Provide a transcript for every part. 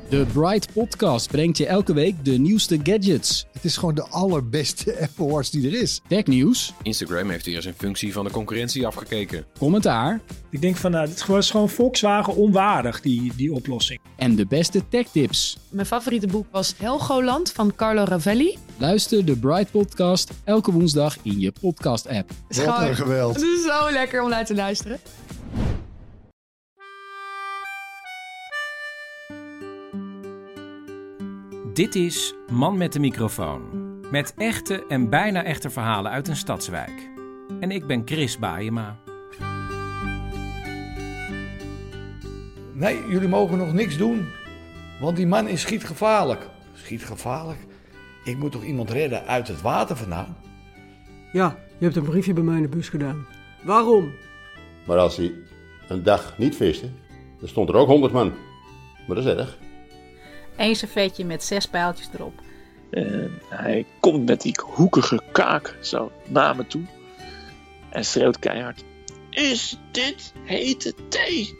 De Bright Podcast brengt je elke week de nieuwste gadgets. Het is gewoon de allerbeste Apple Watch die er is. Technieuws. Instagram heeft weer zijn functie van de concurrentie afgekeken. Commentaar. Ik denk van, dit is gewoon Volkswagen onwaardig, die oplossing. En de beste techtips. Mijn favoriete boek was Helgoland van Carlo Ravelli. Luister de Bright Podcast elke woensdag in je podcast-app. Wat een geweld. Het is zo lekker om naar te luisteren. Dit is Man met de microfoon. Met echte en bijna echte verhalen uit een stadswijk. En ik ben Chris Baaiema. Nee, jullie mogen nog niks doen. Want die man is schietgevaarlijk. Schietgevaarlijk? Ik moet toch iemand redden uit het water vandaan? Ja, je hebt een briefje bij mij in de bus gedaan. Waarom? Maar als hij een dag niet viste, dan stond er ook 100 man. Maar dat is erg. Eén servetje met 6 pijltjes erop. En hij komt met die hoekige kaak zo naar me toe. En schreeuwt keihard. Is dit hete thee?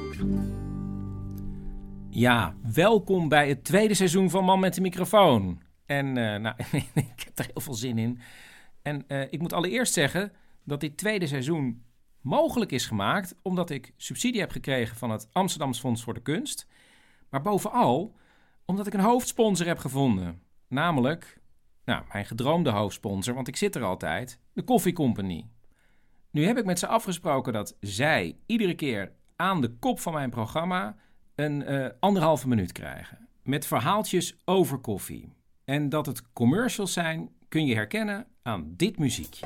Ja, welkom bij het tweede seizoen van Man met de microfoon. En ik heb er heel veel zin in. En ik moet allereerst zeggen dat dit tweede seizoen mogelijk is gemaakt omdat ik subsidie heb gekregen van het Amsterdams Fonds voor de Kunst. Maar bovenal omdat ik een hoofdsponsor heb gevonden. Namelijk, mijn gedroomde hoofdsponsor, want ik zit er altijd, de Koffie Company. Nu heb ik met ze afgesproken dat zij iedere keer aan de kop van mijn programma een 1,5 minuut krijgen. Met verhaaltjes over koffie. En dat het commercials zijn, kun je herkennen aan dit muziekje.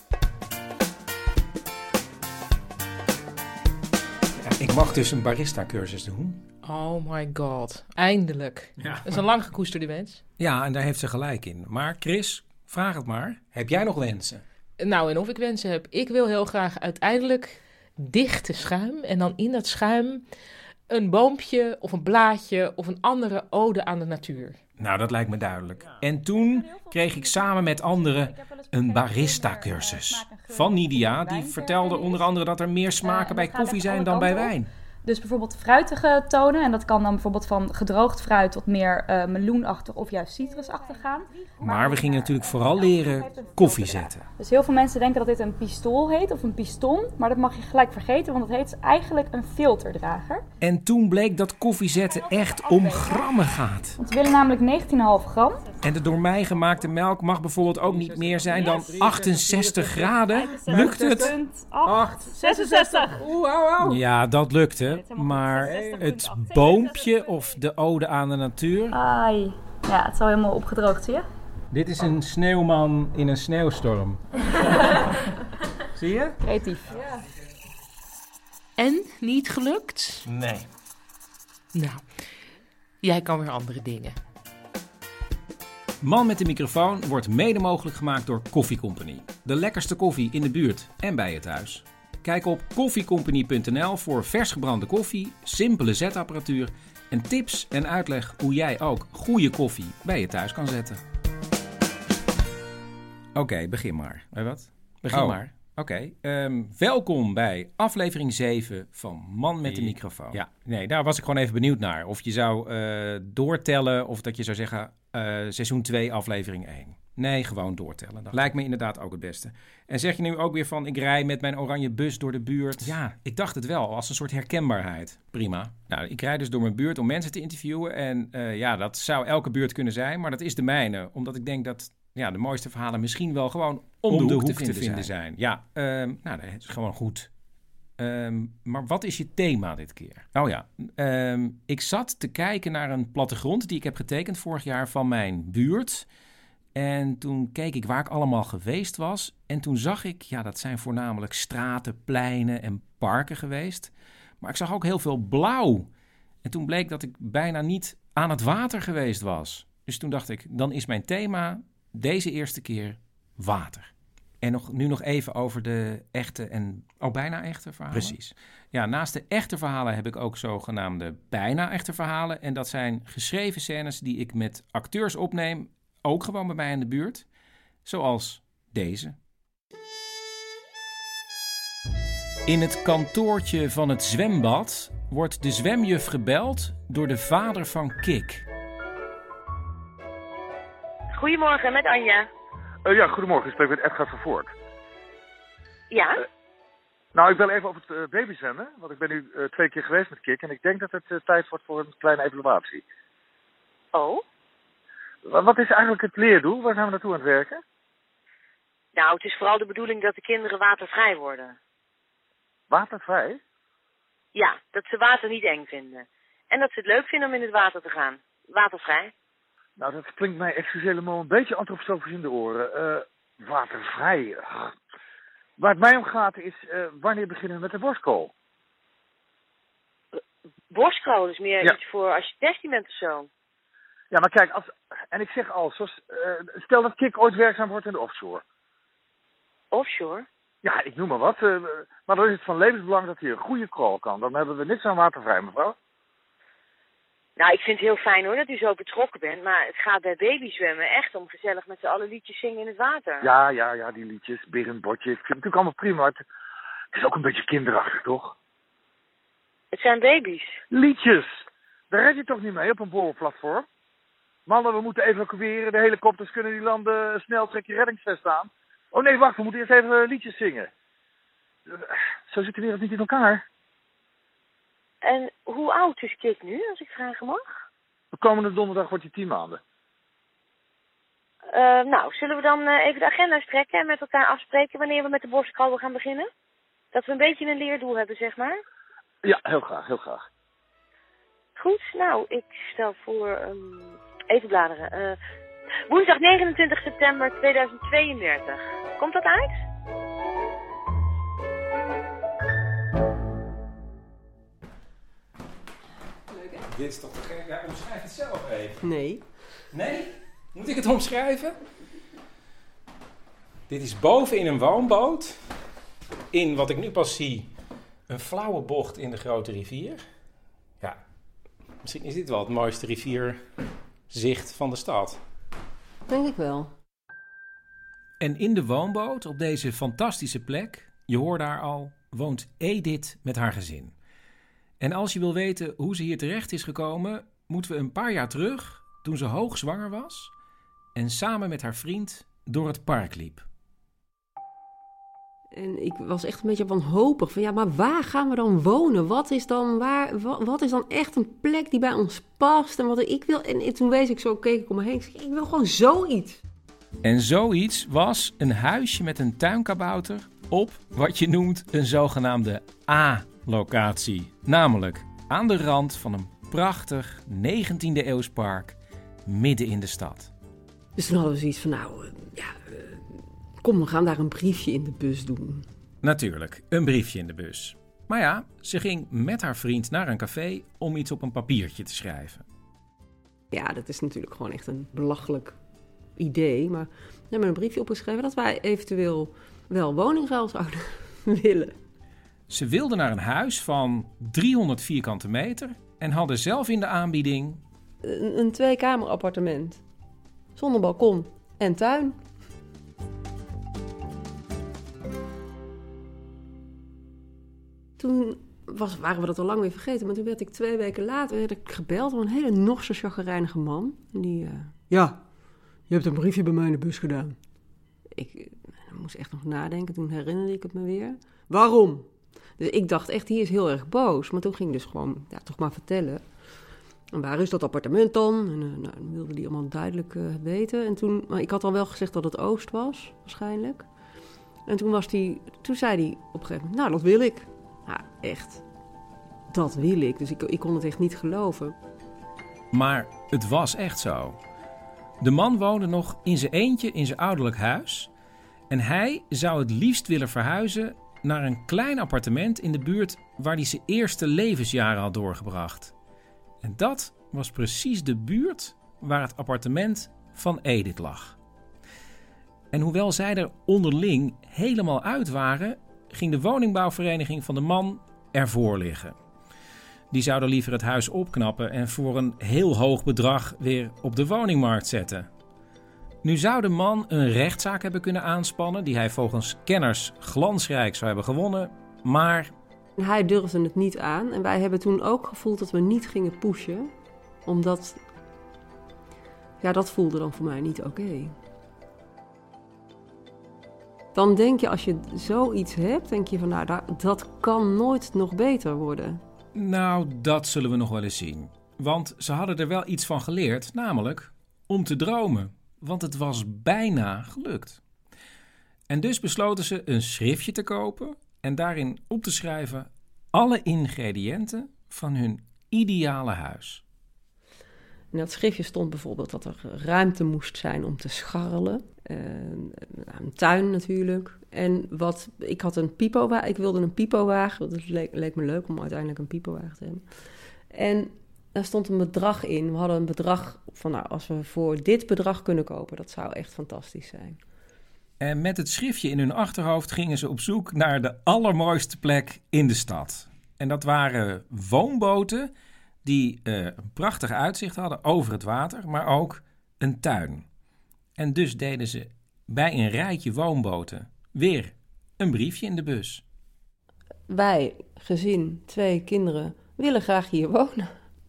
Ja, ik mag dus een barista-cursus doen. Oh my god, eindelijk. Ja. Dat is een lang gekoesterde wens. Ja, en daar heeft ze gelijk in. Maar Chris, vraag het maar. Heb jij nog wensen? Nou, en of ik wensen heb. Ik wil heel graag uiteindelijk dichte schuim. En dan in dat schuim een boompje of een blaadje of een andere ode aan de natuur. Nou, dat lijkt me duidelijk. Ja. En toen kreeg ik samen met anderen een barista-cursus van Nidia. Die vertelde onder andere dat er meer smaken bij koffie zijn dan bij wijn. Dus bijvoorbeeld fruitige tonen. En dat kan dan bijvoorbeeld van gedroogd fruit tot meer meloenachtig of juist citrusachtig gaan. Maar we gingen natuurlijk vooral leren koffie zetten. Dus heel veel mensen denken dat dit een pistool heet of een piston. Maar dat mag je gelijk vergeten, want het heet eigenlijk een filterdrager. En toen bleek dat koffie zetten echt om grammen gaat. Want we willen namelijk 19,5 gram. En de door mij gemaakte melk mag bijvoorbeeld ook niet meer zijn dan 68 graden. Lukt het? 66. Ja, dat lukte. Maar het boompje of de ode aan de natuur? Ai, ja, het is al helemaal opgedroogd, zie je? Dit is een sneeuwman in een sneeuwstorm. Zie je? Creatief. Ja. En niet gelukt? Nee. Nou, jij kan weer andere dingen. Man met de microfoon wordt mede mogelijk gemaakt door Koffie Company. De lekkerste koffie in de buurt en bij je thuis. Kijk op koffiecompany.nl voor vers gebrande koffie, simpele zetapparatuur en tips en uitleg hoe jij ook goede koffie bij je thuis kan zetten. Oké, begin maar. Begin maar. Oké, welkom bij aflevering 7 van Man met de microfoon. Ja, nee, daar was ik gewoon even benieuwd naar. Of je zou doortellen of dat je zou zeggen seizoen 2 aflevering 1. Nee, gewoon doortellen. Dat lijkt me inderdaad ook het beste. En zeg je nu ook weer van, ik rij met mijn oranje bus door de buurt. Ja, ik dacht het wel, als een soort herkenbaarheid. Prima. Nou, ik rijd dus door mijn buurt om mensen te interviewen. En dat zou elke buurt kunnen zijn, maar dat is de mijne. Omdat ik denk dat de mooiste verhalen misschien wel gewoon om de hoek te vinden zijn. Ja, dat is gewoon goed. Maar wat is je thema dit keer? Oh ja, ik zat te kijken naar een plattegrond die ik heb getekend vorig jaar van mijn buurt. En toen keek ik waar ik allemaal geweest was. En toen zag ik, dat zijn voornamelijk straten, pleinen en parken geweest. Maar ik zag ook heel veel blauw. En toen bleek dat ik bijna niet aan het water geweest was. Dus toen dacht ik, dan is mijn thema deze eerste keer water. En nu nog even over de echte en bijna echte verhalen. Precies. Ja, naast de echte verhalen heb ik ook zogenaamde bijna echte verhalen. En dat zijn geschreven scènes die ik met acteurs opneem. Ook gewoon bij mij in de buurt. Zoals deze. In het kantoortje van het zwembad wordt de zwemjuf gebeld door de vader van Kik. Goedemorgen, met Anja. Ja, goedemorgen. Ik spreek met Edgar van Voort. Ja? Nou, ik bel even over het babyzwemmen. Want ik ben nu 2 keer geweest met Kik. En ik denk dat het tijd wordt voor een kleine evaluatie. Oh? Wat is eigenlijk het leerdoel? Waar zijn we naartoe aan het werken? Nou, het is vooral de bedoeling dat de kinderen watervrij worden. Watervrij? Ja, dat ze water niet eng vinden. En dat ze het leuk vinden om in het water te gaan. Watervrij. Nou, dat klinkt mij excusez me een beetje antroposofisch in de oren. Watervrij. Waar het mij om gaat is, wanneer beginnen we met de borstkool? Borstkool is meer iets voor als je 16 bent of zo. Ja, maar kijk, en ik zeg al, stel dat Kik ooit werkzaam wordt in de offshore. Offshore? Ja, ik noem maar wat. Maar dan is het van levensbelang dat hij een goede kool kan. Dan hebben we niks aan watervrij, mevrouw. Nou, ik vind het heel fijn hoor dat u zo betrokken bent. Maar het gaat bij babyzwemmen echt om gezellig met z'n allen liedjes zingen in het water. Ja, die liedjes. Beer Botje. Ik vind het natuurlijk allemaal prima. Het is ook een beetje kinderachtig, toch? Het zijn baby's. Liedjes. Daar red je toch niet mee op een borrelplatform? Mannen, we moeten evacueren. De helikopters kunnen die landen. Snel trek je reddingsvest aan. Oh nee, wacht. We moeten eerst even liedjes zingen. Zo zit de wereld niet in elkaar. En hoe oud is Kik nu, als ik vragen mag? De komende donderdag wordt hij 10 maanden. Nou, zullen we dan even de agenda strekken en met elkaar afspreken wanneer we met de borstkrabben gaan beginnen? Dat we een beetje een leerdoel hebben, zeg maar. Ja, heel graag, heel graag. Goed, nou, ik stel voor... even bladeren. Woensdag 29 september 2032. Komt dat uit? Dit is toch te gek? Ja, omschrijf het zelf even. Nee. Nee? Moet ik het omschrijven? Dit is boven in een woonboot. In, wat ik nu pas zie, een flauwe bocht in de grote rivier. Ja, misschien is dit wel het mooiste rivierzicht van de stad. Denk ik wel. En in de woonboot, op deze fantastische plek, je hoort daar al, woont Edith met haar gezin. En als je wil weten hoe ze hier terecht is gekomen, moeten we een paar jaar terug, toen ze hoogzwanger was en samen met haar vriend door het park liep. En ik was echt een beetje wanhopig van, ja, maar waar gaan we dan wonen? Wat is dan echt een plek die bij ons past en wat ik wil? En toen wees ik zo, keek ik om me heen, ik wil gewoon zoiets. En zoiets was een huisje met een tuinkabouter op wat je noemt een zogenaamde A-locatie. Namelijk aan de rand van een prachtig 19e eeuws park midden in de stad. Dus toen hadden we zoiets van, kom, we gaan daar een briefje in de bus doen. Natuurlijk, een briefje in de bus. Maar ja, ze ging met haar vriend naar een café om iets op een papiertje te schrijven. Ja, dat is natuurlijk gewoon echt een belachelijk idee. Maar we hebben een briefje opgeschreven dat wij eventueel wel woningruil zouden willen. Ze wilden naar een huis van 300 vierkante meter en hadden zelf in de aanbieding... Een 2-kamer appartement. Zonder balkon en tuin. Toen waren we dat al lang weer vergeten, maar toen werd ik 2 weken later gebeld door een hele Norse chagrijnige man. En die, ja, je hebt een briefje bij mij in de bus gedaan. Ik moest echt nog nadenken, toen herinnerde ik het me weer. Waarom? Dus ik dacht echt, die is heel erg boos. Maar toen ging ik dus gewoon, toch maar vertellen. En waar is dat appartement dan? En dan wilde die allemaal duidelijk weten. En maar ik had al wel gezegd dat het Oost was, waarschijnlijk. En toen zei hij op een gegeven moment, nou, dat wil ik. Nou, echt, dat wil ik. Dus ik kon het echt niet geloven. Maar het was echt zo. De man woonde nog in zijn eentje in zijn ouderlijk huis. En hij zou het liefst willen verhuizen naar een klein appartement in de buurt waar hij zijn eerste levensjaren had doorgebracht. En dat was precies de buurt waar het appartement van Edith lag. En hoewel zij er onderling helemaal uit waren, ging de woningbouwvereniging van de man ervoor liggen. Die zouden liever het huis opknappen en voor een heel hoog bedrag weer op de woningmarkt zetten. Nu zou de man een rechtszaak hebben kunnen aanspannen die hij volgens kenners glansrijk zou hebben gewonnen, Maar hij durfde het niet aan. En wij hebben toen ook gevoeld dat we niet gingen pushen. Omdat, ja, dat voelde dan voor mij niet oké. Dan denk je, als je zoiets hebt, denk je van, nou, dat kan nooit nog beter worden. Nou, dat zullen we nog wel eens zien. Want ze hadden er wel iets van geleerd, namelijk om te dromen. Want het was bijna gelukt. En dus besloten ze een schriftje te kopen en daarin op te schrijven alle ingrediënten van hun ideale huis. In dat schriftje stond bijvoorbeeld dat er ruimte moest zijn om te scharrelen. Een tuin natuurlijk. En ik had een pipowagen. Ik wilde een pipowagen. Dat leek me leuk om uiteindelijk een pipowagen te hebben. En daar stond een bedrag in. We hadden een bedrag van, nou, als we voor dit bedrag kunnen kopen, dat zou echt fantastisch zijn. En met het schriftje in hun achterhoofd gingen ze op zoek naar de allermooiste plek in de stad. En dat waren woonboten die een prachtig uitzicht hadden over het water, maar ook een tuin. En dus deden ze bij een rijtje woonboten weer een briefje in de bus. Wij, gezin, 2 kinderen, willen graag hier wonen.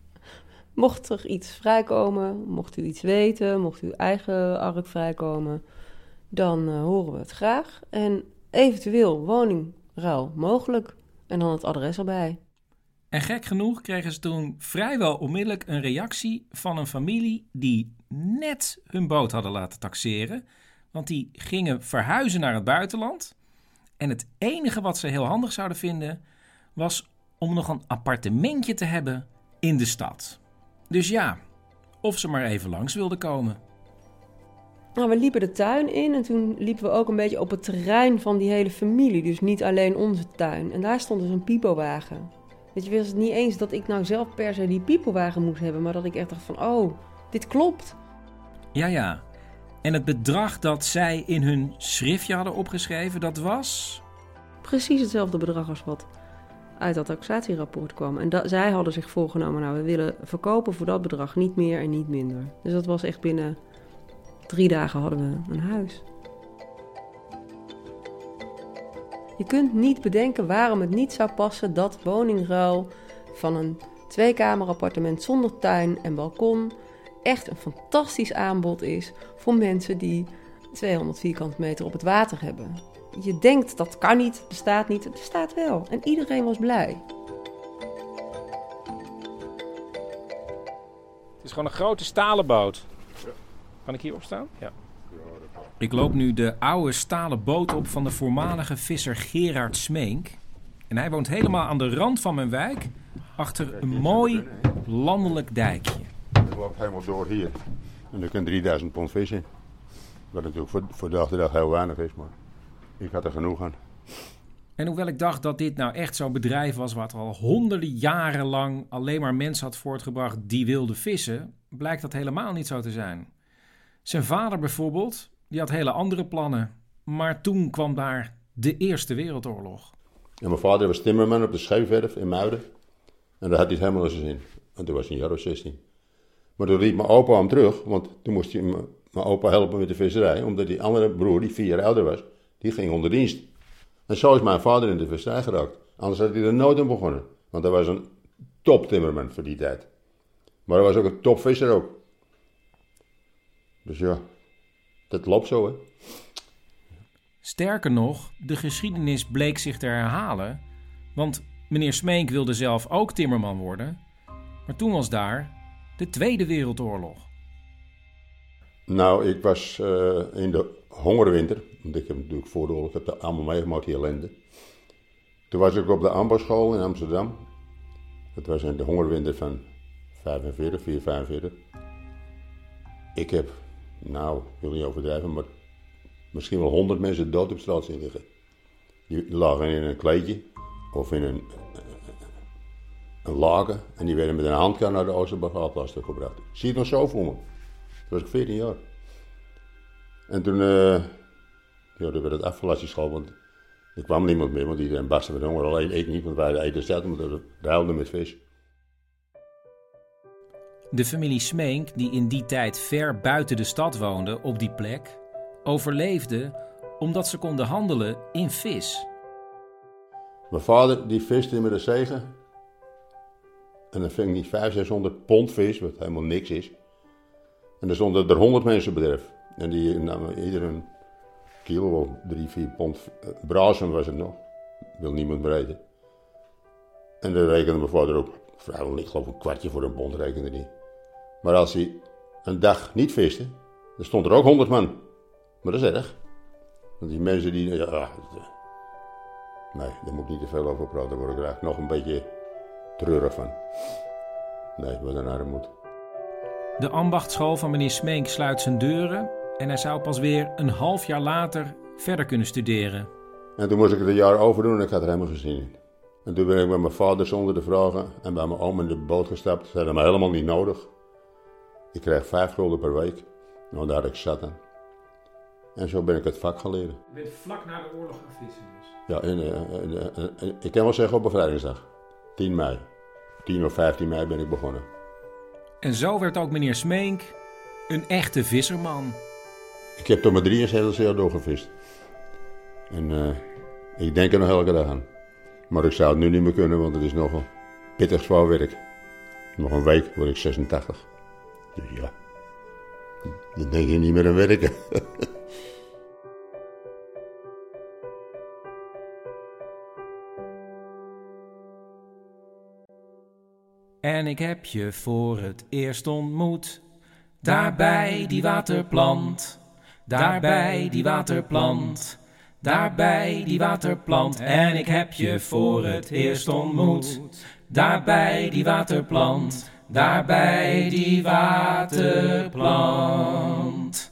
Mocht er iets vrijkomen, mocht u iets weten, mocht uw eigen ark vrijkomen, dan horen we het graag. En eventueel woningruil mogelijk. En dan het adres erbij. En gek genoeg kregen ze toen vrijwel onmiddellijk een reactie van een familie die net hun boot hadden laten taxeren. Want die gingen verhuizen naar het buitenland. En het enige wat ze heel handig zouden vinden was om nog een appartementje te hebben in de stad. Dus ja, of ze maar even langs wilden komen. Nou, we liepen de tuin in en toen liepen we ook een beetje op het terrein van die hele familie. Dus niet alleen onze tuin. En daar stond dus een pipowagen. Weet je, was het niet eens dat ik nou zelf per se die pipowagen moest hebben, maar dat ik echt dacht van, oh, dit klopt. Ja. En het bedrag dat zij in hun schriftje hadden opgeschreven, dat was? Precies hetzelfde bedrag als wat uit dat taxatierapport kwam. En zij hadden zich voorgenomen, nou, we willen verkopen voor dat bedrag, niet meer en niet minder. Dus dat was echt binnen 3 dagen hadden we een huis. Je kunt niet bedenken waarom het niet zou passen dat woningruil van een 2-kamer appartement zonder tuin en balkon echt een fantastisch aanbod is voor mensen die 200 vierkante meter op het water hebben. Je denkt dat kan niet, het bestaat niet, het bestaat wel. En iedereen was blij. Het is gewoon een grote stalen boot. Kan ik hier opstaan? Ja. Ik loop nu de oude stalen boot op van de voormalige visser Gerard Smeenk. En hij woont helemaal aan de rand van mijn wijk, achter een mooi landelijk dijkje. Het loopt helemaal door hier. En er kan 3000 pond vis in. Wat natuurlijk voor dag de dag heel weinig is, maar ik had er genoeg aan. En hoewel ik dacht dat dit nou echt zo'n bedrijf was wat al honderden jaren lang alleen maar mensen had voortgebracht die wilden vissen, blijkt dat helemaal niet zo te zijn. Zijn vader bijvoorbeeld, die had hele andere plannen. Maar toen kwam daar de Eerste Wereldoorlog. En mijn vader was timmerman op de scheepswerf in Muiden. En daar had hij het helemaal naar zijn zin. En toen was hij een jaar of 16. Maar toen riep mijn opa hem terug, want toen moest hij mijn opa helpen met de visserij. Omdat die andere broer, die 4 jaar ouder was, die ging onder dienst. En zo is mijn vader in de visserij geraakt. Anders had hij er nooit aan begonnen. Want hij was een top timmerman voor die tijd. Maar hij was ook een top visser ook. Dus ja, dat loopt zo, hè. Sterker nog, de geschiedenis bleek zich te herhalen. Want meneer Smeenk wilde zelf ook timmerman worden. Maar toen was daar de Tweede Wereldoorlog. Nou, ik was in de hongerwinter. Want ik heb natuurlijk voor de oorlog, ik heb dat allemaal meegemaakt, die ellende. Toen was ik op de ambachtschool in Amsterdam. Dat was in de hongerwinter van 45. Ik heb, nou, ik wil niet overdrijven, maar misschien wel 100 mensen dood op straat zien liggen. Die lagen in een kleedje of in een laken en die werden met een handkar naar de Oosterbegraafplaats gebracht. Zie je het nog zo voor me? Toen was ik 14 jaar. En toen werd het afgelast die school, want er kwam niemand meer, want iedereen barstte met honger. Alleen ik niet, want wij eten zelf, omdat we ruilden met vis. De familie Smeenk, die in die tijd ver buiten de stad woonde op die plek, overleefde omdat ze konden handelen in vis. Mijn vader die viste met een zegen. En dan ving hij 500-600 pond vis, wat helemaal niks is. En er stonden er 100 mensen bedrijf. En die namen ieder een kilo of 3-4 pond brazen was het nog. Wil niemand meer eten. En dan rekende mijn vader ook, vrijwel, ik geloof een kwartje voor een pond rekende die. Maar als hij een dag niet viste, dan stond er ook 100 man. Maar dat is erg. Want die mensen die, nee, daar moet ik niet te veel over praten, daar word ik er eigenlijk nog een beetje treurig van. Nee, wat een armoed. De ambachtschool van meneer Smeenk sluit zijn deuren en hij zou pas weer een half jaar later verder kunnen studeren. En toen moest ik het een jaar overdoen en ik had er helemaal geen zin in. En toen ben ik bij mijn vader zonder te vragen en bij mijn oom in de boot gestapt. Ze hadden me helemaal niet nodig. Ik kreeg 5 gulden per week. Nou, daar had ik zat aan. En zo ben ik het vak gaan leren. Je bent vlak na de oorlog gaan vissen dus? Ja, ik kan wel zeggen op bevrijdingsdag. 10 mei. 10 of 15 mei ben ik begonnen. En zo werd ook meneer Smeenk een echte visserman. Ik heb tot mijn 73 jaar doorgevist. En ik denk er nog elke dag aan. Maar ik zou het nu niet meer kunnen, want het is nogal pittig zwaar werk. Nog een week word ik 86. Dus ja, dan denk je niet meer aan werken. En ik heb je voor het eerst ontmoet, daar bij die waterplant, daar bij die waterplant, daar bij die waterplant. En ik heb je voor het eerst ontmoet, daar bij die waterplant, daar bij die waterplant.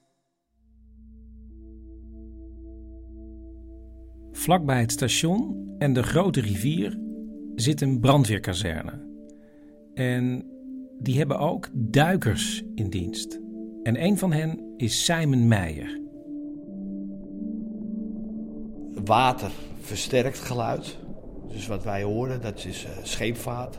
Vlak bij het station en de grote rivier zit een brandweerkazerne. En die hebben ook duikers in dienst. En een van hen is Simon Meijer. Water versterkt geluid. Dus wat wij horen, dat is scheepvaart.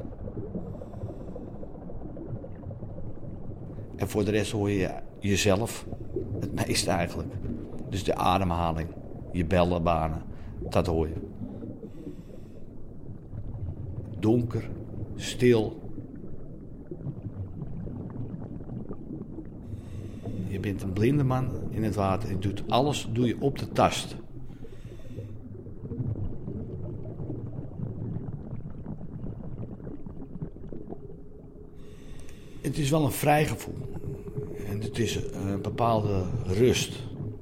En voor de rest hoor je jezelf. Het meeste eigenlijk. Dus de ademhaling, je bellenbanen, dat hoor je. Donker, stil. Je bent een blinde man in het water. Je doet alles doe je op de tast. Het is wel een vrij gevoel. En het is een bepaalde rust.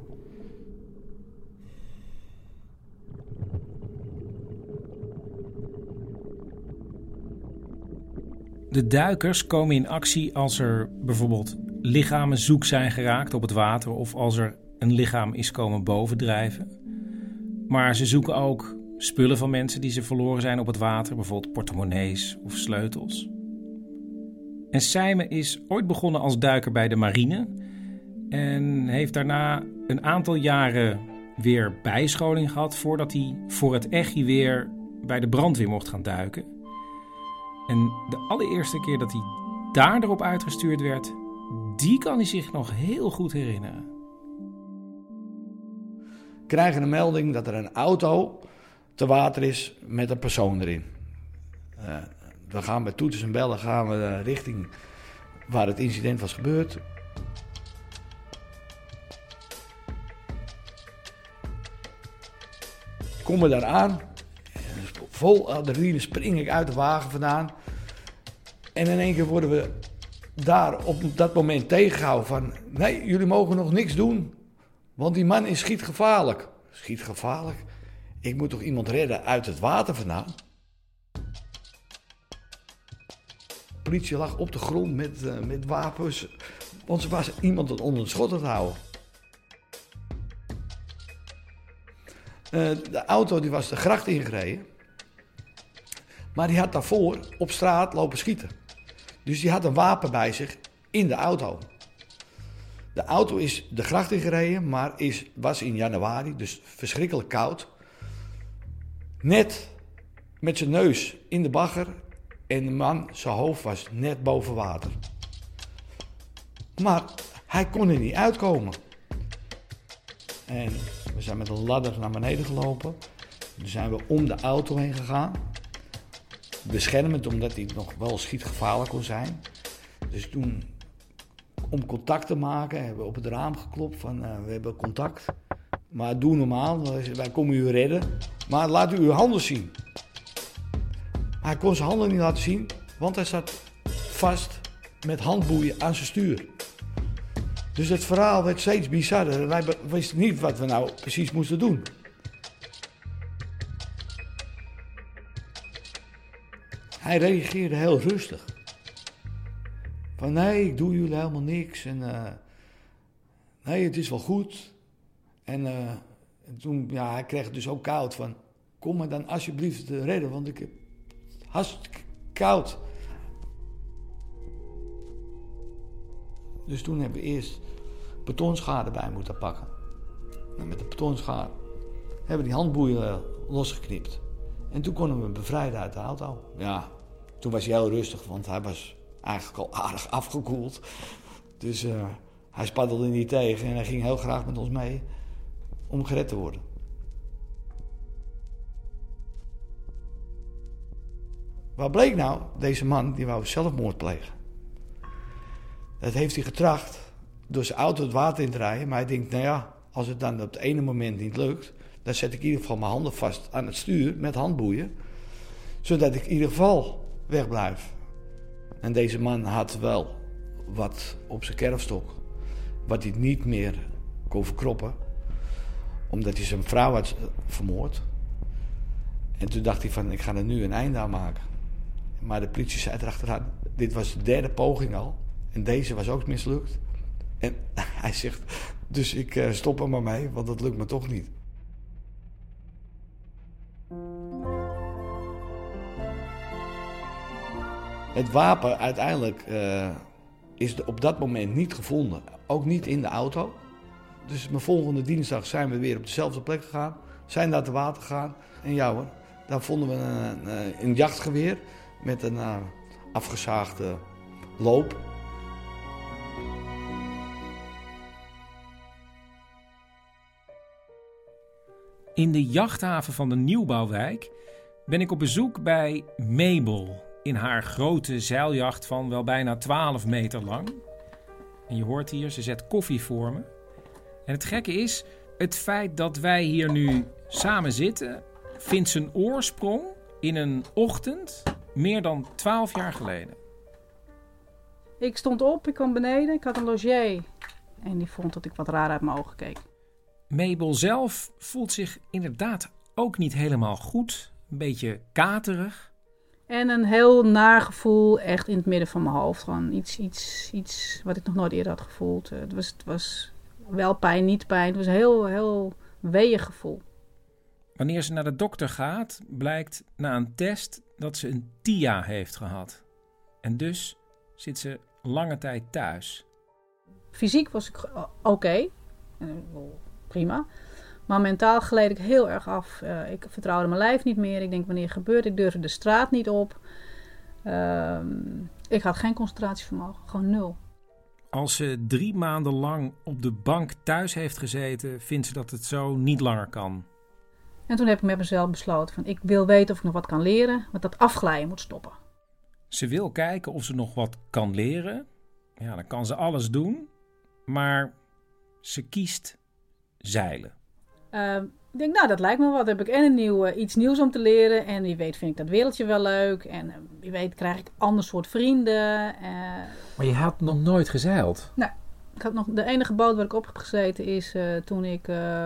De duikers komen in actie als er bijvoorbeeld lichamen zoek zijn geraakt op het water of als er een lichaam is komen bovendrijven. Maar ze zoeken ook spullen van mensen die ze verloren zijn op het water, bijvoorbeeld portemonnees of sleutels. En Simon is ooit begonnen als duiker bij de marine en heeft daarna een aantal jaren weer bijscholing gehad voordat hij voor het echi weer bij de brandweer mocht gaan duiken. En de allereerste keer dat hij daar erop uitgestuurd werd, die kan hij zich nog heel goed herinneren. We krijgen een melding dat er een auto te water is met een persoon erin. We gaan bij toeters en bellen gaan we richting waar het incident was gebeurd. Komen we daar aan. Vol adrenaline spring ik uit de wagen vandaan. En in één keer worden we daar op dat moment tegengehouden van... Nee, jullie mogen nog niks doen. Want die man is schietgevaarlijk. Schietgevaarlijk? Ik moet toch iemand redden uit het water vandaan? De politie lag op de grond met wapens. Want ze was iemand onder het schot te houden. De auto die was de gracht ingereden. Maar die had daarvoor op straat lopen schieten. Dus die had een wapen bij zich in de auto. De auto is de gracht ingereden, maar was in januari, dus verschrikkelijk koud. Net met zijn neus in de bagger en de man, zijn hoofd was net boven water. Maar hij kon er niet uitkomen. En we zijn met een ladder naar beneden gelopen. Toen zijn we om de auto heen gegaan. Beschermend, omdat hij nog wel schietgevaarlijk kon zijn. Dus toen, om contact te maken, hebben we op het raam geklopt van we hebben contact. Maar doe normaal, wij komen u redden. Maar laat u uw handen zien. Hij kon zijn handen niet laten zien, want hij zat vast met handboeien aan zijn stuur. Dus het verhaal werd steeds bizarder. Wij wisten niet wat we nou precies moesten doen. Hij reageerde heel rustig. Van nee, ik doe jullie helemaal niks. En nee, het is wel goed. En toen, ja, hij kreeg het dus ook koud van... Kom me dan alsjeblieft redden, want ik heb hartstikke koud. Dus toen hebben we eerst betonschade bij moeten pakken. En met de betonschade hebben we die handboeien losgeknipt. En toen konden we hem bevrijden uit de auto. Ja, toen was hij heel rustig, want hij was eigenlijk al aardig afgekoeld. Dus hij spaddelde niet tegen en hij ging heel graag met ons mee om gered te worden. Wat bleek nou? Deze man die wou zelfmoord plegen. Dat heeft hij getracht door zijn auto het water in te rijden. Maar hij denkt, nou ja, als het dan op het ene moment niet lukt... dan zet ik in ieder geval mijn handen vast aan het stuur met handboeien. Zodat ik in ieder geval wegblijf. En deze man had wel wat op zijn kerfstok. Wat hij niet meer kon verkroppen. Omdat hij zijn vrouw had vermoord. En toen dacht hij van, ik ga er nu een einde aan maken. Maar de politie zei erachteraan, dit was de derde poging al. En deze was ook mislukt. En hij zegt, dus ik stop er maar mee, want dat lukt me toch niet. Het wapen uiteindelijk is op dat moment niet gevonden. Ook niet in de auto. Dus mijn volgende dinsdag zijn we weer op dezelfde plek gegaan. Zijn daar te water gegaan. En ja hoor, daar vonden we een jachtgeweer met een afgezaagde loop. In de jachthaven van de Nieuwbouwwijk ben ik op bezoek bij Mabel in haar grote zeiljacht van wel bijna 12 meter lang. En je hoort hier, ze zet koffie voor me. En het gekke is, het feit dat wij hier nu samen zitten, vindt zijn oorsprong in een ochtend meer dan 12 jaar geleden. Ik stond op, ik kwam beneden, ik had een logier. En die vond dat ik wat raar uit mijn ogen keek. Mabel zelf voelt zich inderdaad ook niet helemaal goed. Een beetje katerig. En een heel naar gevoel echt in het midden van mijn hoofd. Gewoon iets wat ik nog nooit eerder had gevoeld. Het was wel pijn, niet pijn. Het was een heel weeëg gevoel. Wanneer ze naar de dokter gaat, blijkt na een test dat ze een TIA heeft gehad. En dus zit ze lange tijd thuis. Fysiek was ik oké. Prima. Maar mentaal gleed ik heel erg af. Ik vertrouwde mijn lijf niet meer. Ik denk, wanneer gebeurt? Ik durfde de straat niet op. Ik had geen concentratievermogen. Gewoon 0. Als ze 3 maanden lang op de bank thuis heeft gezeten, vindt ze dat het zo niet langer kan. En toen heb ik met mezelf besloten van, ik wil weten of ik nog wat kan leren. Want dat afglijden moet stoppen. Ze wil kijken of ze nog wat kan leren. Ja, dan kan ze alles doen. Maar ze kiest zeilen. Ik denk, nou, dat lijkt me wat. Heb ik en iets nieuws om te leren. En wie weet vind ik dat wereldje wel leuk. En wie weet krijg ik een ander soort vrienden. Maar je had nog nooit gezeild? Nee. De enige boot waar ik op heb gezeten is toen ik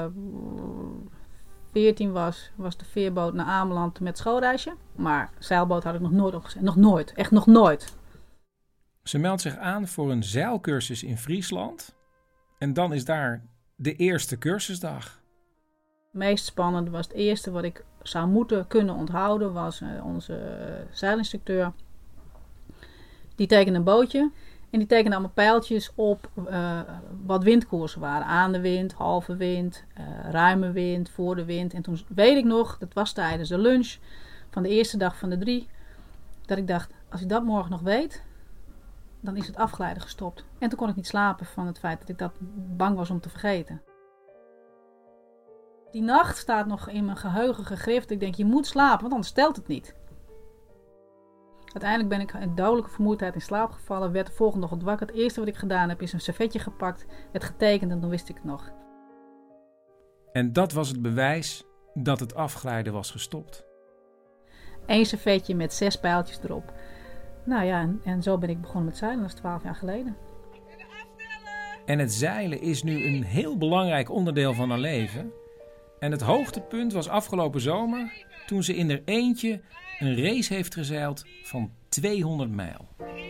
14 was de veerboot naar Ameland met schoolreisje. Maar zeilboot had ik nog nooit opgezeten. Nog nooit. Echt nog nooit. Ze meldt zich aan voor een zeilcursus in Friesland. En dan is daar de eerste cursusdag. Het meest spannende was het eerste wat ik zou moeten kunnen onthouden. Was onze zeilinstructeur. Die tekende een bootje. En die tekende allemaal pijltjes op wat windkoersen waren. Aan de wind, halve wind, ruime wind, voor de wind. En toen weet ik nog, dat was tijdens de lunch van de eerste dag van de 3. Dat ik dacht, als ik dat morgen nog weet, dan is het afglijden gestopt. En toen kon ik niet slapen van het feit dat ik dat bang was om te vergeten. Die nacht staat nog in mijn geheugen gegrift. Ik denk, je moet slapen, want anders telt het niet. Uiteindelijk ben ik in dodelijke vermoeidheid in slaap gevallen. Werd de volgende ochtend wakker. Het eerste wat ik gedaan heb is een servetje gepakt. Het getekend en dan wist ik het nog. En dat was het bewijs dat het afglijden was gestopt. 1 servetje met 6 pijltjes erop. Nou ja, en zo ben ik begonnen met zeilen. Dat is 12 jaar geleden. En het zeilen is nu een heel belangrijk onderdeel van haar leven. En het hoogtepunt was afgelopen zomer toen ze in haar eentje een race heeft gezeild van 200 mijl.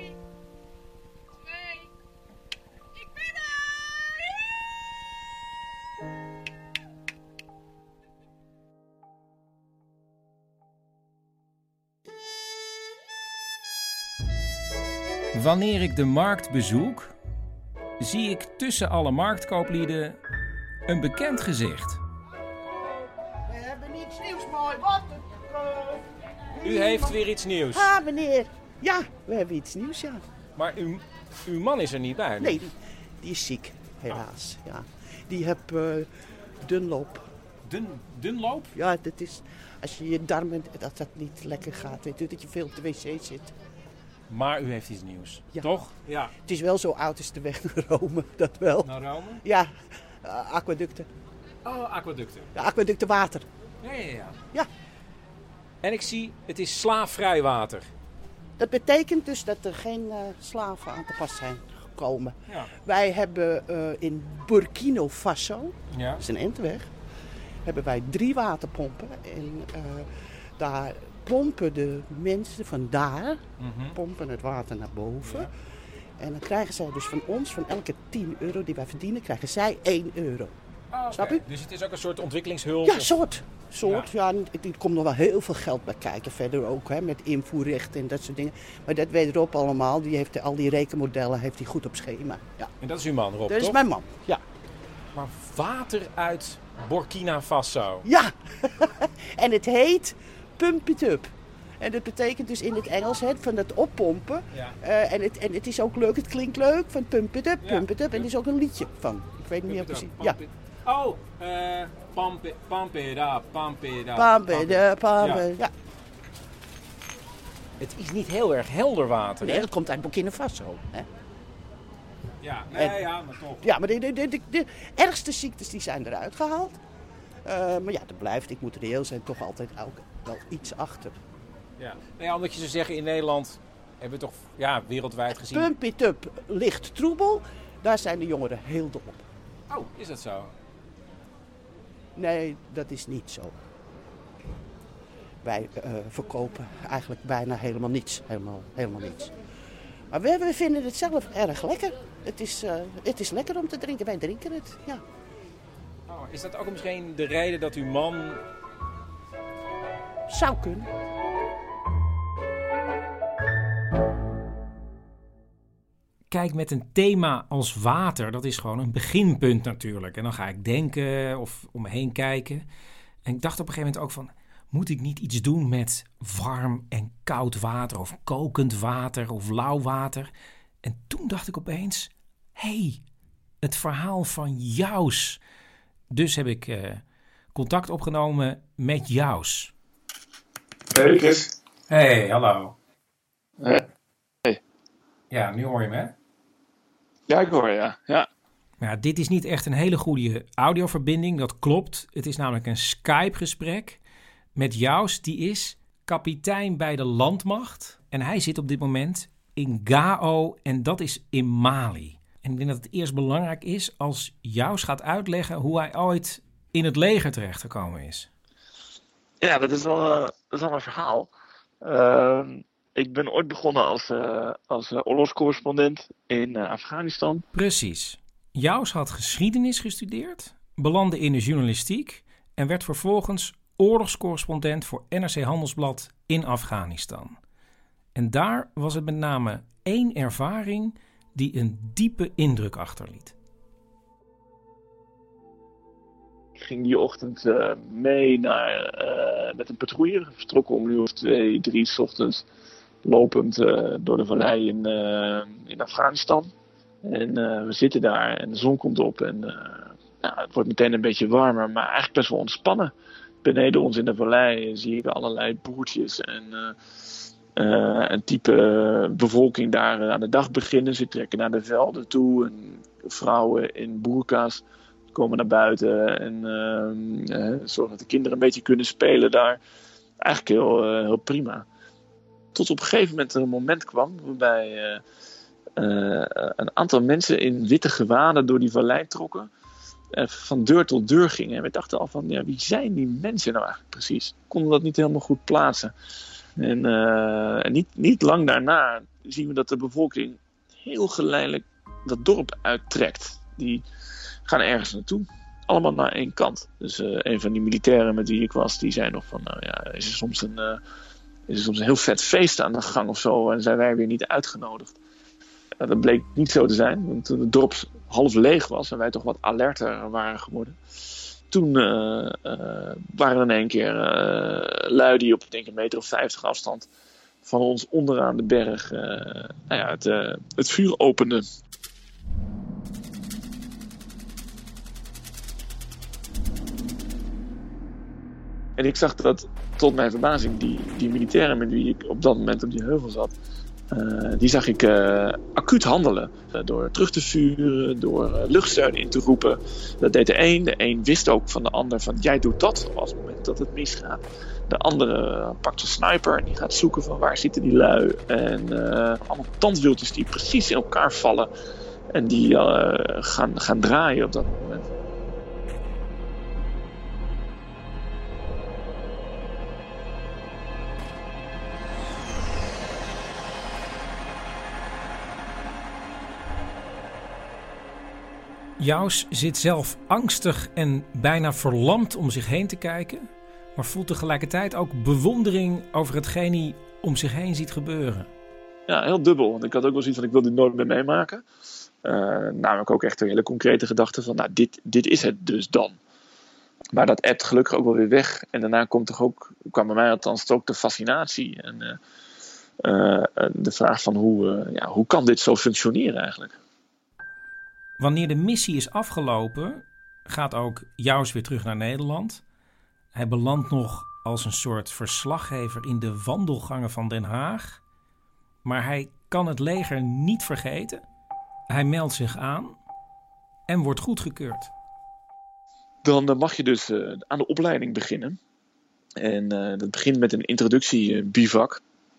Wanneer ik de markt bezoek, zie ik tussen alle marktkooplieden een bekend gezicht. We hebben niets nieuws, mooi. Wat? U heeft weer iets nieuws. Ah, meneer. Ja, we hebben iets nieuws, ja. Maar uw man is er niet bij? Nee, die is ziek, helaas. Ja. Die heeft dunloop. Dunloop? Ja, dat is als je darmen, dat niet lekker gaat. Weet je, dat je veel op de wc zit. Maar u heeft iets nieuws, ja. Toch? Ja. Het is wel zo oud als de weg naar Rome, dat wel. Naar Rome? Ja, aquaducten. Oh, aquaducten. Ja, aquaducten water. Ja. En ik zie, het is slaafvrij water. Dat betekent dus dat er geen slaven aan te pas zijn gekomen. Ja. Wij hebben in Burkina Faso, dat is een endweg, hebben wij 3 waterpompen. En daar pompen de mensen vandaar, pompen het water naar boven. Ja. En dan krijgen zij dus van ons, van elke €10 die wij verdienen, krijgen zij €1. Okay. Snap u? Dus het is ook een soort ontwikkelingshulp? Ja, soort. Ja, er komt nog wel heel veel geld bij kijken. Verder ook, hè, met invoerrechten en dat soort dingen. Maar dat weet Rob allemaal. Die heeft al die rekenmodellen heeft hij goed op schema. Ja. En dat is uw man, Rob, Dat toch? is mijn man, ja. Maar water uit Burkina Faso? Ja. En het heet Pump It Up. En dat betekent dus in het Engels van dat oppompen. Ja. En het is ook leuk, het klinkt leuk, van Pump It Up, Pump It Up. En er is ook een liedje van. Ik weet niet meer precies. Ja. Oh, pump it up, pump it up. Pump it up, ja. Het is niet heel erg helder water, Nee, hè? dat komt uit Burkina Faso. Hè? Ja, maar toch. Ja, maar de ergste ziektes die zijn eruit gehaald. Maar ja, er blijft, ik moet reëel zijn, toch altijd ook wel iets achter. Ja, omdat je zou zeggen, in Nederland hebben we toch wereldwijd gezien... Pump It Up ligt troebel, daar zijn de jongeren heel dol op. Oh, is dat zo? Nee, dat is niet zo. Wij verkopen eigenlijk bijna helemaal niets. Helemaal niets. Maar we vinden het zelf erg lekker. Het is lekker om te drinken. Wij drinken het, ja. Oh, is dat ook misschien de reden dat uw man... Zou kunnen. Kijk, met een thema als water, dat is gewoon een beginpunt natuurlijk. En dan ga ik denken of om me heen kijken. En ik dacht op een gegeven moment ook van... moet ik niet iets doen met warm en koud water of kokend water of lauw water? En toen dacht ik opeens... het verhaal van Jous. Dus heb ik contact opgenomen met Jous. Hey Chris. Hey, hallo. Hey. Ja, nu hoor je me, hè? Ja, ik hoor je, ja. Ja, dit is niet echt een hele goede audioverbinding, dat klopt. Het is namelijk een Skype-gesprek met Jous. Die is kapitein bij de landmacht. En hij zit op dit moment in Gao en dat is in Mali. En ik denk dat het eerst belangrijk is als Jous gaat uitleggen hoe hij ooit in het leger terechtgekomen is. Ja, dat is wel een verhaal. Ik ben ooit begonnen als oorlogscorrespondent in Afghanistan. Precies. Jous had geschiedenis gestudeerd, belandde in de journalistiek en werd vervolgens oorlogscorrespondent voor NRC Handelsblad in Afghanistan. En daar was het met name 1 ervaring die een diepe indruk achterliet. Ik ging die ochtend mee met een patrouille. We vertrokken om 2, 3 's ochtends lopend door de vallei in Afghanistan. En we zitten daar en de zon komt op en het wordt meteen een beetje warmer, maar eigenlijk best wel ontspannen. Beneden ons in de vallei zie ik allerlei boertjes en een type bevolking daar aan de dag beginnen. Ze trekken naar de velden toe en vrouwen in boerka's komen naar buiten en zorgen dat de kinderen een beetje kunnen spelen daar. Eigenlijk heel prima. Tot op een gegeven moment er een moment kwam waarbij een aantal mensen in witte gewaden door die vallei trokken. Van deur tot deur gingen. En we dachten al van, wie zijn die mensen nou eigenlijk precies? We konden dat niet helemaal goed plaatsen. En niet lang daarna zien we dat de bevolking heel geleidelijk dat dorp uittrekt. Die gaan ergens naartoe. Allemaal naar één kant. Dus een van die militairen met wie ik was, die zei nog van, is er soms een heel vet feest aan de gang of zo en zijn wij weer niet uitgenodigd. Dat bleek niet zo te zijn, want toen het dorp half leeg was en wij toch wat alerter waren geworden. Toen waren er in één keer lui die op denk ik 1,50 meter afstand van ons onderaan de berg het vuur openden. En ik zag dat, tot mijn verbazing, die militairen met wie ik op dat moment op die heuvel zat, die zag ik acuut handelen. Door terug te vuren, door luchtsteun in te roepen. Dat deed de een. De een wist ook van de ander van jij doet dat als het moment dat het misgaat. De andere pakt zijn sniper en die gaat zoeken van waar zitten die lui. En allemaal tandwieltjes die precies in elkaar vallen. En die gaan draaien op dat moment. Jous zit zelf angstig en bijna verlamd om zich heen te kijken, maar voelt tegelijkertijd ook bewondering over hetgeen hij om zich heen ziet gebeuren. Ja, heel dubbel. Want ik had ook wel zoiets van, ik wil dit nooit meer meemaken. Namelijk ook echt een hele concrete gedachte van, dit is het dus dan. Maar dat ebt gelukkig ook wel weer weg. En daarna kwam bij mij althans ook de fascinatie. En de vraag van, hoe kan dit zo functioneren eigenlijk? Wanneer de missie is afgelopen, gaat ook Jous weer terug naar Nederland. Hij belandt nog als een soort verslaggever in de wandelgangen van Den Haag. Maar hij kan het leger niet vergeten. Hij meldt zich aan en wordt goedgekeurd. Dan mag je dus aan de opleiding beginnen. En dat begint met een introductie bivak.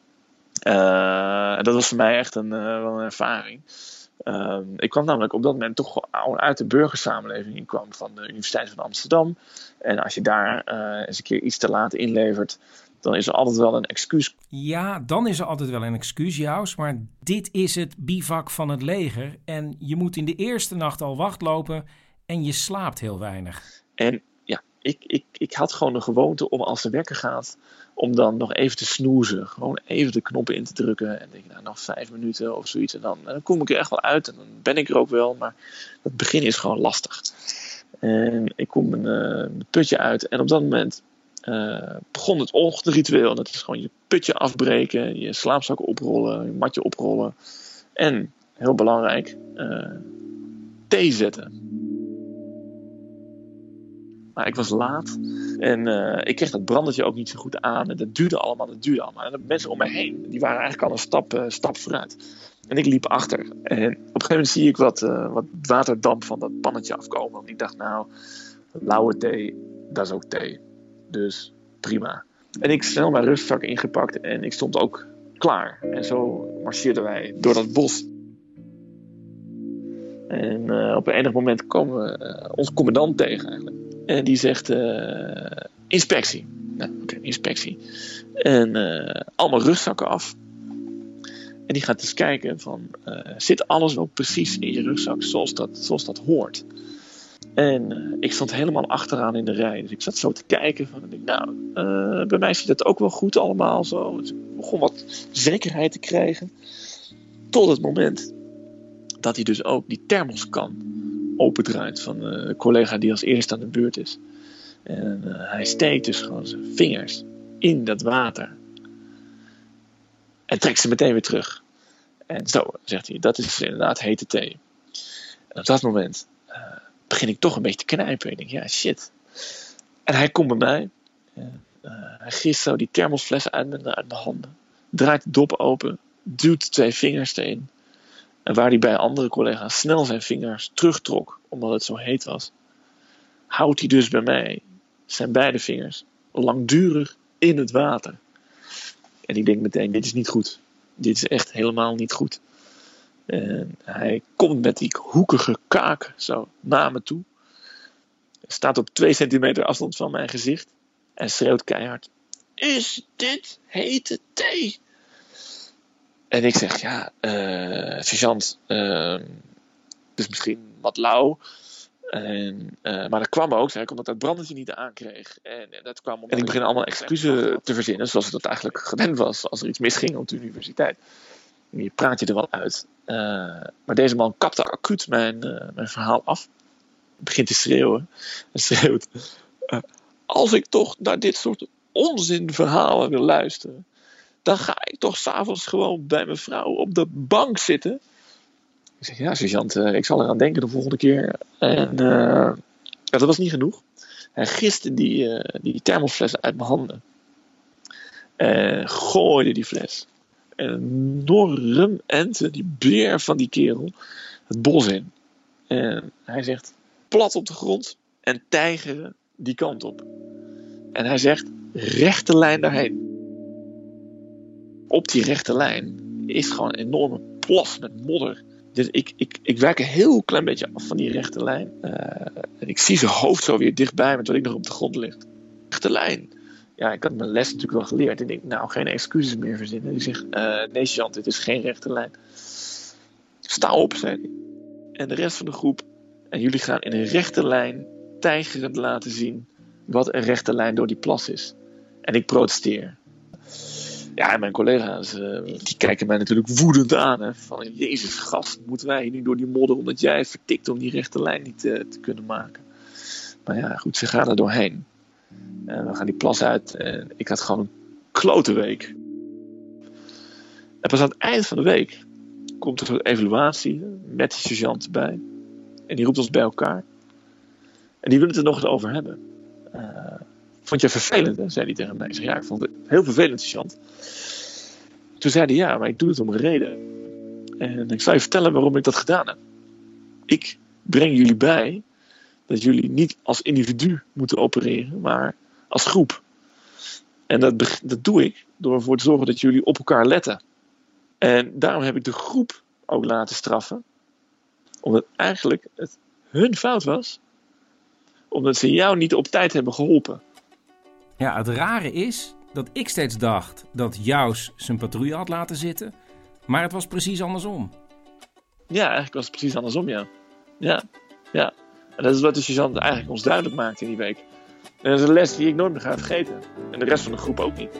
En dat was voor mij echt wel een ervaring. Ik kwam namelijk op dat moment toch uit de burgersamenleving. Ik kwam van de Universiteit van Amsterdam. En als je daar eens een keer iets te laat inlevert, dan is er altijd wel een excuus. Ja, dan is er altijd wel een excuus, Jous. Maar dit is het bivak van het leger. En je moet in de eerste nacht al wachtlopen en je slaapt heel weinig. En ja, ik had gewoon de gewoonte om als de wekker gaat, om dan nog even te snoezen. Gewoon even de knoppen in te drukken. En denk nog 5 minuten of zoiets. En dan kom ik er echt wel uit. En dan ben ik er ook wel. Maar het begin is gewoon lastig. En ik kom mijn putje uit. En op dat moment begon het ochtendritueel. En dat is gewoon je putje afbreken. Je slaapzak oprollen. Je matje oprollen. En, heel belangrijk, thee zetten. Maar ik was laat en ik kreeg dat brandertje ook niet zo goed aan. En dat duurde allemaal. En de mensen om me heen, die waren eigenlijk al een stap vooruit. En ik liep achter. En op een gegeven moment zie ik wat waterdamp van dat pannetje afkomen. En ik dacht, lauwe thee, dat is ook thee. Dus prima. En ik snel mijn rustzak ingepakt en ik stond ook klaar. En zo marcheerden wij door dat bos. En op een enig moment komen we onze commandant tegen eigenlijk. En die zegt inspectie. Nou, oké, inspectie. En allemaal rugzakken af. En die gaat dus kijken van, zit alles wel precies in je rugzak zoals dat hoort? En ik stond helemaal achteraan in de rij. Dus ik zat zo te kijken van, bij mij zit het ook wel goed allemaal zo. Dus ik begon wat zekerheid te krijgen. Tot het moment dat hij dus ook die thermoskan opendraait van de collega die als eerste aan de beurt is. En hij steekt dus gewoon zijn vingers in dat water. En trekt ze meteen weer terug. En zo, zegt hij, dat is inderdaad hete thee. En op dat moment begin ik toch een beetje te knijpen. Ik denk, ja, shit. En hij komt bij mij. Hij gist zo die thermosfles uit mijn handen. Draait de dop open. Duwt 2 vingers erin. En waar hij bij andere collega's snel zijn vingers terugtrok, omdat het zo heet was, houdt hij dus bij mij zijn beide vingers langdurig in het water. En ik denk meteen, dit is niet goed. Dit is echt helemaal niet goed. En hij komt met die hoekige kaak zo naar me toe. Staat op 2 centimeter afstand van mijn gezicht. En schreeuwt keihard. Is dit hete thee? En ik zeg, ja, sergeant, dus misschien wat lauw. Maar dat kwam ook, zei ik, omdat dat brandetje niet aankreeg. En ik begin allemaal excuses te verzinnen, zoals ik dat eigenlijk gewend was als er iets misging op de universiteit. En je praat je er wel uit. Maar deze man kapte acuut mijn verhaal af. Begint te schreeuwen. En schreeuwt, als ik toch naar dit soort onzinverhalen wil luisteren, dan ga ik toch 's avonds gewoon bij mijn vrouw op de bank zitten. Ik zeg, ja, sergeant, ik zal eraan denken de volgende keer. En dat was niet genoeg. Hij giste die thermosfles uit mijn handen. En gooide die fles. En een enorm ente, die beer van die kerel, het bos in. En hij zegt, plat op de grond en tijgeren die kant op. En hij zegt, rechte lijn daarheen. Op die rechte lijn is gewoon een enorme plas met modder. Dus ik wijk een heel klein beetje af van die rechte lijn. En ik zie zijn hoofd zo weer dichtbij me, terwijl ik nog op de grond lig. Rechte lijn. Ja, ik had mijn les natuurlijk wel geleerd. Ik denk, nou, geen excuses meer verzinnen. Ik zeg, nee, sergeant, dit is geen rechte lijn. Sta op, zei hij. En de rest van de groep en jullie gaan in een rechte lijn tijgerend laten zien wat een rechte lijn door die plas is. En ik protesteer. Ja, en mijn collega's, die kijken mij natuurlijk woedend aan. Hè, van, jezus gast, moeten wij hier nu door die modder omdat jij het vertikt om die rechte lijn niet te kunnen maken. Maar ja, goed, ze gaan er doorheen. En we gaan die plas uit. En ik had gewoon een klote week. En pas aan het eind van de week komt er een evaluatie met de sergeant erbij. En die roept ons bij elkaar. En die wil het er nog eens over hebben. Vond je vervelend, hè? Zei hij tegen mij. Ik zeg, ja, ik vond het heel vervelend, sergeant. Toen zei hij, ja, maar ik doe het om een reden. En ik zal je vertellen waarom ik dat gedaan heb. Ik breng jullie bij dat jullie niet als individu moeten opereren, maar als groep. En dat doe ik door ervoor te zorgen dat jullie op elkaar letten. En daarom heb ik de groep ook laten straffen. Omdat eigenlijk het hun fout was. Omdat ze jou niet op tijd hebben geholpen. Ja, het rare is dat ik steeds dacht dat Jous zijn patrouille had laten zitten. Maar het was precies andersom. Ja, eigenlijk was het precies andersom, ja. Ja. En dat is wat de sergeant eigenlijk ons duidelijk maakte in die week. En dat is een les die ik nooit meer ga vergeten. En de rest van de groep ook niet.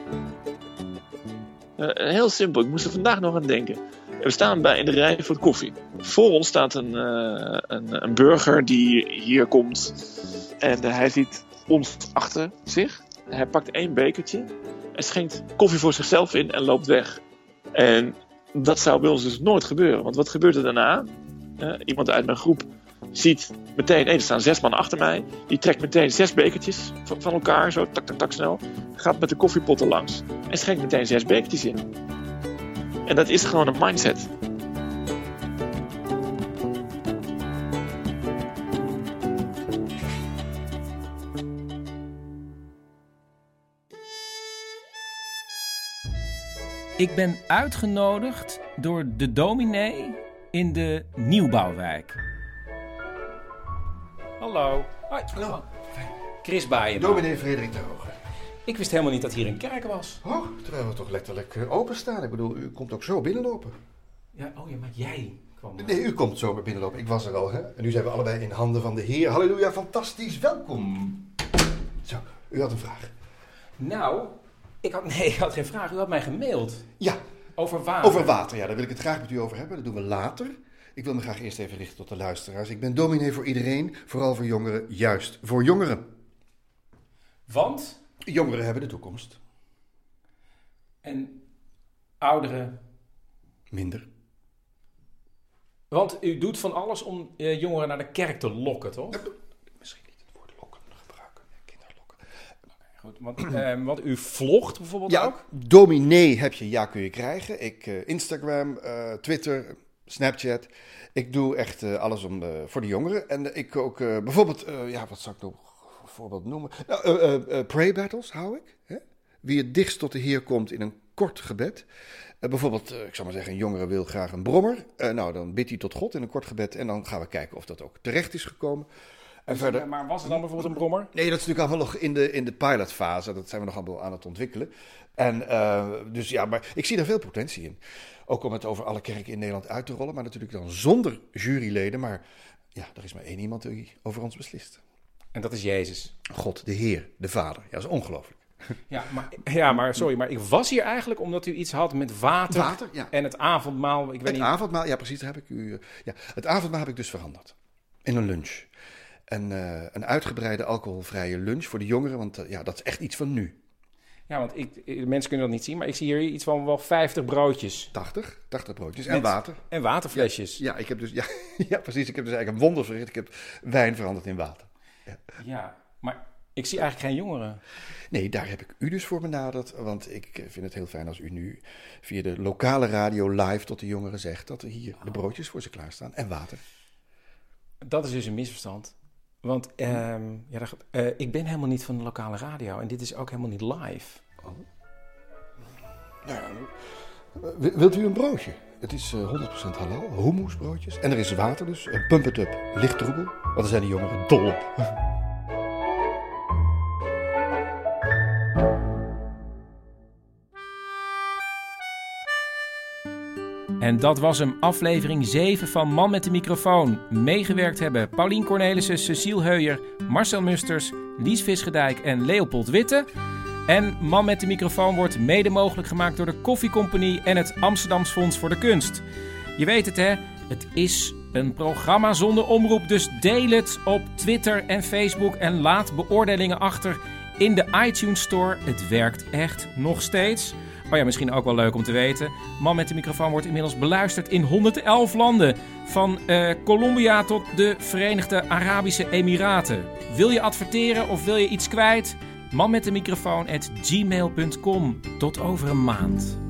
Heel simpel, ik moest er vandaag nog aan denken. We staan in de rij voor de koffie. Voor ons staat een burger die hier komt. En hij ziet ons achter zich. Hij pakt 1 bekertje. Hij schenkt koffie voor zichzelf in en loopt weg. En dat zou bij ons dus nooit gebeuren. Want wat gebeurt er daarna? Iemand uit mijn groep ziet meteen, er staan 6 man achter mij. Die trekt meteen 6 bekertjes van elkaar, zo tak snel. Gaat met de koffiepotten langs. En schenkt meteen 6 bekertjes in. En dat is gewoon een mindset. Ik ben uitgenodigd door de dominee in de nieuwbouwwijk. Hallo. Hoi. Hallo. Chris Baaien. Dominee Frederik de Hoge. Ik wist helemaal niet dat hier een kerk was. Oh, terwijl we toch letterlijk openstaan. Ik bedoel, u komt ook zo binnenlopen. Ja, maar jij kwam... Nee, u komt zomaar binnenlopen. Ik was er al, hè. En nu zijn we allebei in handen van de Heer. Halleluja, fantastisch. Welkom. Zo, u had een vraag. Nou, ik had geen vraag. U had mij gemaild. Ja. Over water. Over water, ja. Daar wil ik het graag met u over hebben. Dat doen we later. Ik wil me graag eerst even richten tot de luisteraars. Ik ben dominee voor iedereen, vooral voor jongeren, juist voor jongeren. Want? Jongeren hebben de toekomst. En ouderen? Minder. Want u doet van alles om jongeren naar de kerk te lokken, toch? Misschien niet het woord lokken gebruiken. Kinderlokken. Goed, want u vlogt bijvoorbeeld ook? Dominee heb je, kun je krijgen. Instagram, Twitter, Snapchat. Ik doe echt alles voor de jongeren. En ik ook bijvoorbeeld, wat zou ik nog een voorbeeld noemen? Pray battles hou ik. Hè? Wie het dichtst tot de Heer komt in een kort gebed. Bijvoorbeeld, ik zou maar zeggen, een jongere wil graag een brommer. Dan bidt hij tot God in een kort gebed. En dan gaan we kijken of dat ook terecht is gekomen. En verder, maar was er dan bijvoorbeeld een brommer? Nee, dat is natuurlijk allemaal nog in de pilotfase. Dat zijn we nog allemaal aan het ontwikkelen. En maar ik zie daar veel potentie in. Ook om het over alle kerken in Nederland uit te rollen. Maar natuurlijk dan zonder juryleden. Maar er is maar één iemand die over ons beslist. En dat is Jezus. God, de Heer, de Vader. Ja, dat is ongelooflijk. Maar ik was hier eigenlijk omdat u iets had met water en het avondmaal. Avondmaal, ja precies, daar heb ik u... het avondmaal heb ik dus veranderd. In een lunch. Een uitgebreide alcoholvrije lunch voor de jongeren, want dat is echt iets van nu. Ja, want de mensen kunnen dat niet zien, maar ik zie hier iets van wel 50 broodjes. 80 broodjes en water. En waterflesjes. Ja, ik heb dus, precies, ik heb dus eigenlijk een wonder verricht. Ik heb wijn veranderd in water. Ja, maar ik zie eigenlijk geen jongeren. Nee, daar heb ik u dus voor benaderd. Want ik vind het heel fijn als u nu via de lokale radio live tot de jongeren zegt dat er hier de broodjes voor ze klaarstaan en water. Dat is dus een misverstand. Want ik ben helemaal niet van de lokale radio en dit is ook helemaal niet live. Oh. Wilt u een broodje? Het is 100% halal, hummusbroodjes. En er is water dus, pump it up, licht troebel. Want daar zijn de jongeren dol op. En dat was hem, aflevering 7 van Man met de microfoon. Meegewerkt hebben Paulien Cornelissen, Cecile Heuyer, Marcel Musters, Lies Visgedijk en Leopold Witte. En Man met de microfoon wordt mede mogelijk gemaakt door de Koffiecompagnie en het Amsterdams Fonds voor de Kunst. Je weet het hè, het is een programma zonder omroep, dus deel het op Twitter en Facebook en laat beoordelingen achter in de iTunes Store. Het werkt echt nog steeds. Oh ja, misschien ook wel leuk om te weten. Man met de microfoon wordt inmiddels beluisterd in 111 landen. Van Colombia tot de Verenigde Arabische Emiraten. Wil je adverteren of wil je iets kwijt? manmetdemicrofoon@gmail.com. Tot over een maand.